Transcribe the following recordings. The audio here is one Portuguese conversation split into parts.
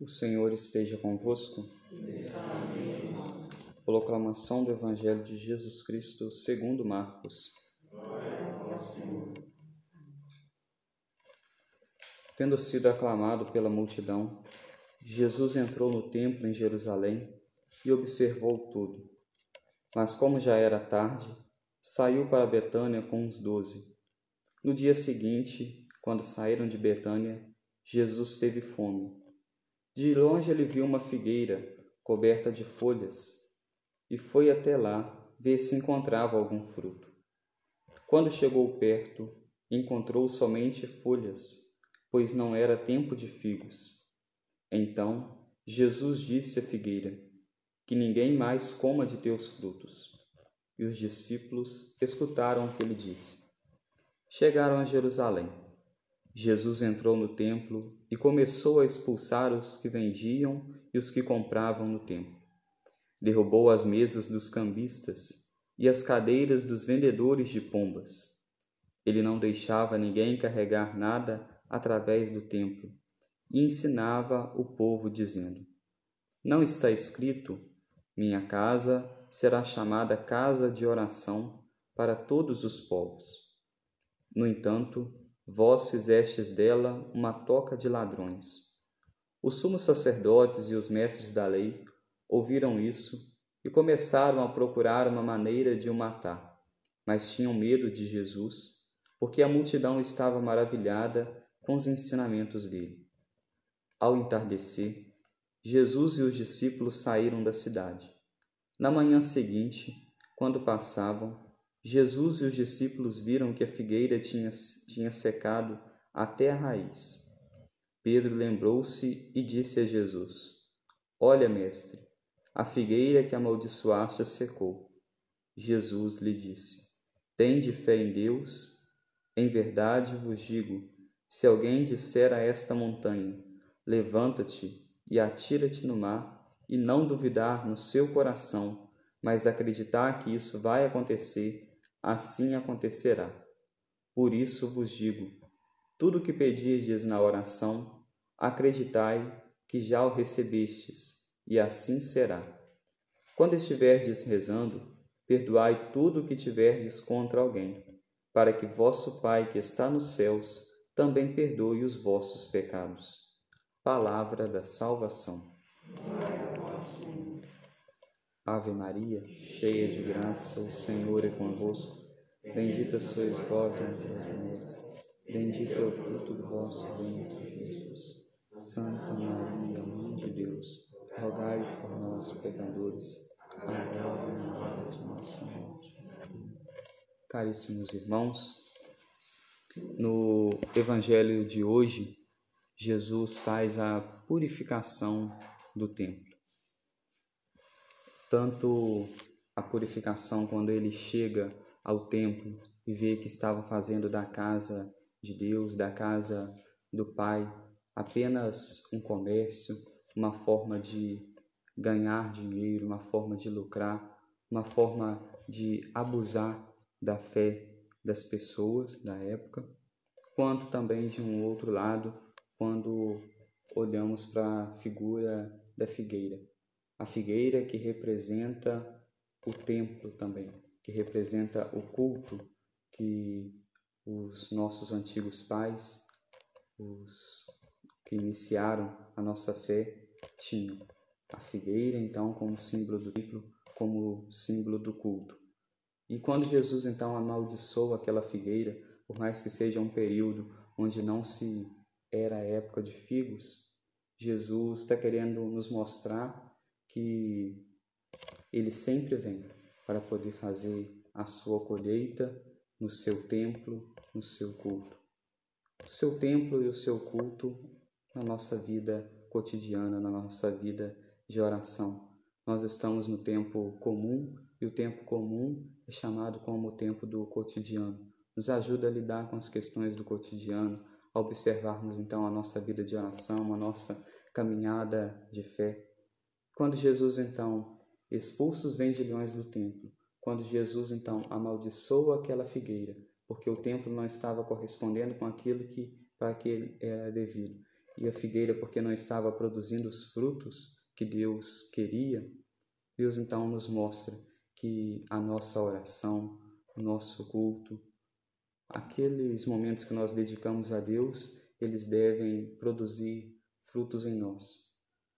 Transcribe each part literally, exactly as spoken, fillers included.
O Senhor esteja convosco. Proclamação do Evangelho de Jesus Cristo segundo Marcos. Tendo sido aclamado pela multidão, Jesus entrou no templo em Jerusalém e observou tudo. Mas como já era tarde, saiu para Betânia com os doze. No dia seguinte, quando saíram de Betânia, Jesus teve fome. De longe ele viu uma figueira coberta de folhas e foi até lá ver se encontrava algum fruto. Quando chegou perto, encontrou somente folhas, pois não era tempo de figos. Então Jesus disse à figueira: que ninguém mais coma de teus frutos. E os discípulos escutaram o que ele disse. Chegaram a Jerusalém. Jesus entrou no templo e começou a expulsar os que vendiam e os que compravam no templo. Derrubou as mesas dos cambistas e as cadeiras dos vendedores de pombas. Ele não deixava ninguém carregar nada através do templo e ensinava o povo dizendo: não está escrito: minha casa será chamada casa de oração para todos os povos. No entanto, vós fizestes dela uma toca de ladrões. Os sumos sacerdotes e os mestres da lei ouviram isso e começaram a procurar uma maneira de o matar, mas tinham medo de Jesus, porque a multidão estava maravilhada com os ensinamentos dele. Ao entardecer, Jesus e os discípulos saíram da cidade. Na manhã seguinte, quando passavam, Jesus e os discípulos viram que a figueira tinha, tinha secado até a raiz. Pedro lembrou-se e disse a Jesus: olha, mestre, a figueira que amaldiçoaste secou. Jesus lhe disse: tende fé em Deus? Em verdade vos digo, se alguém disser a esta montanha: levanta-te e atira-te no mar, e não duvidar no seu coração, mas acreditar que isso vai acontecer, assim acontecerá. Por isso vos digo, tudo o que pedirdes na oração, acreditai que já o recebestes, e assim será. Quando estiverdes rezando, perdoai tudo o que tiverdes contra alguém, para que vosso Pai que está nos céus também perdoe os vossos pecados. Palavra da salvação. Ave Maria, cheia de graça, o Senhor é convosco. Bendita sois vós entre as mulheres. Bendito é o fruto do vosso ventre, Jesus. Santa Maria, Mãe de Deus, rogai por nós, pecadores, agora e na hora de nossa morte. Caríssimos irmãos, no Evangelho de hoje, Jesus faz a purificação do templo. Tanto a purificação quando ele chega ao templo e vê que estava fazendo da casa de Deus, da casa do Pai, apenas um comércio, uma forma de ganhar dinheiro, uma forma de lucrar, uma forma de abusar da fé das pessoas da época, quanto também de um outro lado, quando olhamos para a figura da figueira. A figueira que representa o templo também, que representa o culto que os nossos antigos pais, os que iniciaram a nossa fé, tinham. A figueira, então, como símbolo do templo, como símbolo do culto. E quando Jesus, então, amaldiçoa aquela figueira, por mais que seja um período onde não se era a época de figos, Jesus está querendo nos mostrar que ele sempre vem para poder fazer a sua colheita no seu templo, no seu culto. O seu templo e o seu culto na nossa vida cotidiana, na nossa vida de oração. Nós estamos no tempo comum e o tempo comum é chamado como o tempo do cotidiano. Nos ajuda a lidar com as questões do cotidiano, a observarmos então a nossa vida de oração, a nossa caminhada de fé. Quando Jesus, então, expulsa os vendilhões do templo, quando Jesus, então, amaldiçoa aquela figueira, porque o templo não estava correspondendo com aquilo que para que era devido, e a figueira porque não estava produzindo os frutos que Deus queria, Deus então nos mostra que a nossa oração, o nosso culto, aqueles momentos que nós dedicamos a Deus, eles devem produzir frutos em nós.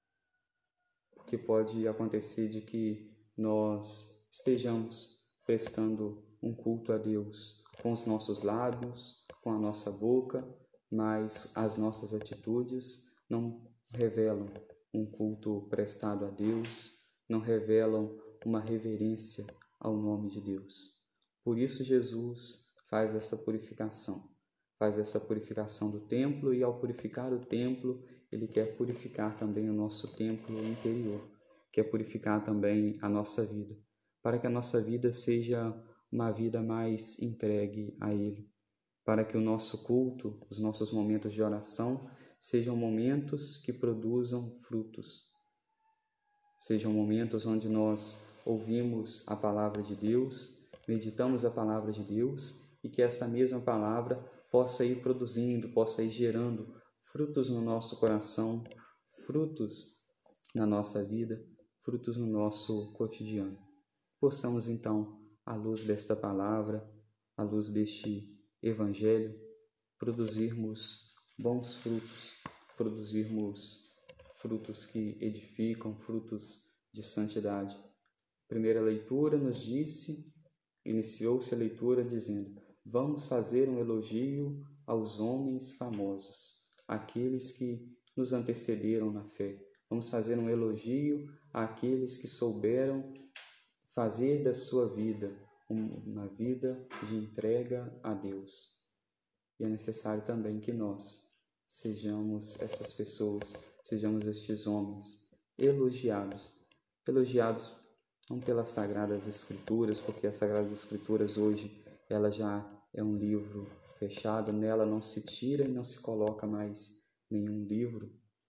Porque pode acontecer de que nós estejamos prestando um culto a Deus com os nossos lábios, com a nossa boca, mas as nossas atitudes não revelam um culto prestado a Deus, não revelam uma reverência ao nome de Deus. Por isso Jesus faz essa purificação, faz essa purificação do templo, e ao purificar o templo, Ele quer purificar também o nosso templo interior, quer purificar também a nossa vida, para que a nossa vida seja uma vida mais entregue a Ele, para que o nosso culto, os nossos momentos de oração, sejam momentos que produzam frutos, sejam momentos onde nós ouvimos a palavra de Deus, meditamos a palavra de Deus, e que esta mesma palavra possa ir produzindo, possa ir gerando frutos no nosso coração, frutos na nossa vida, frutos no nosso cotidiano. Possamos então, à luz desta palavra, à luz deste Evangelho, produzirmos bons frutos, produzirmos frutos que edificam, frutos de santidade. A primeira leitura nos disse, iniciou-se a leitura dizendo: vamos fazer um elogio aos homens famosos, aqueles que nos antecederam na fé. Vamos fazer um elogio àqueles que souberam fazer da sua vida uma vida de entrega a Deus. E é necessário também que nós sejamos essas pessoas, sejamos estes homens elogiados. Elogiados não pelas Sagradas Escrituras, porque as Sagradas Escrituras hoje, ela já é um livro fechado, nela não se tira e não se coloca mais nenhum livro,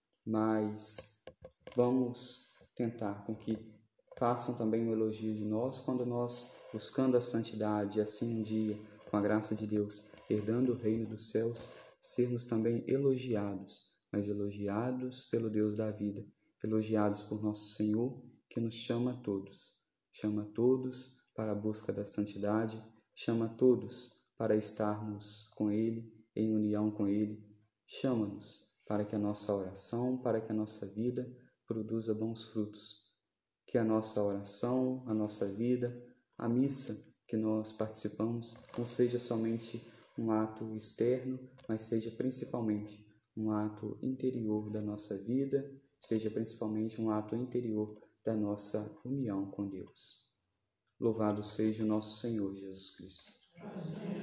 mas vamos tentar com que façam também um elogio de nós quando nós, buscando a santidade, assim um dia, com a graça de Deus, herdando o reino dos céus, sermos também elogiados, mas elogiados pelo Deus da vida, elogiados por nosso Senhor, que nos chama a todos, chama a todos para a busca da santidade, chama a todos para estarmos com Ele, em união com Ele, chama-nos para que a nossa oração, para que a nossa vida produza bons frutos, que a nossa oração, a nossa vida, a missa que nós participamos, não seja somente um ato externo, mas seja principalmente um ato interior da nossa vida, seja principalmente um ato interior da nossa união com Deus. Louvado seja o nosso Senhor Jesus Cristo.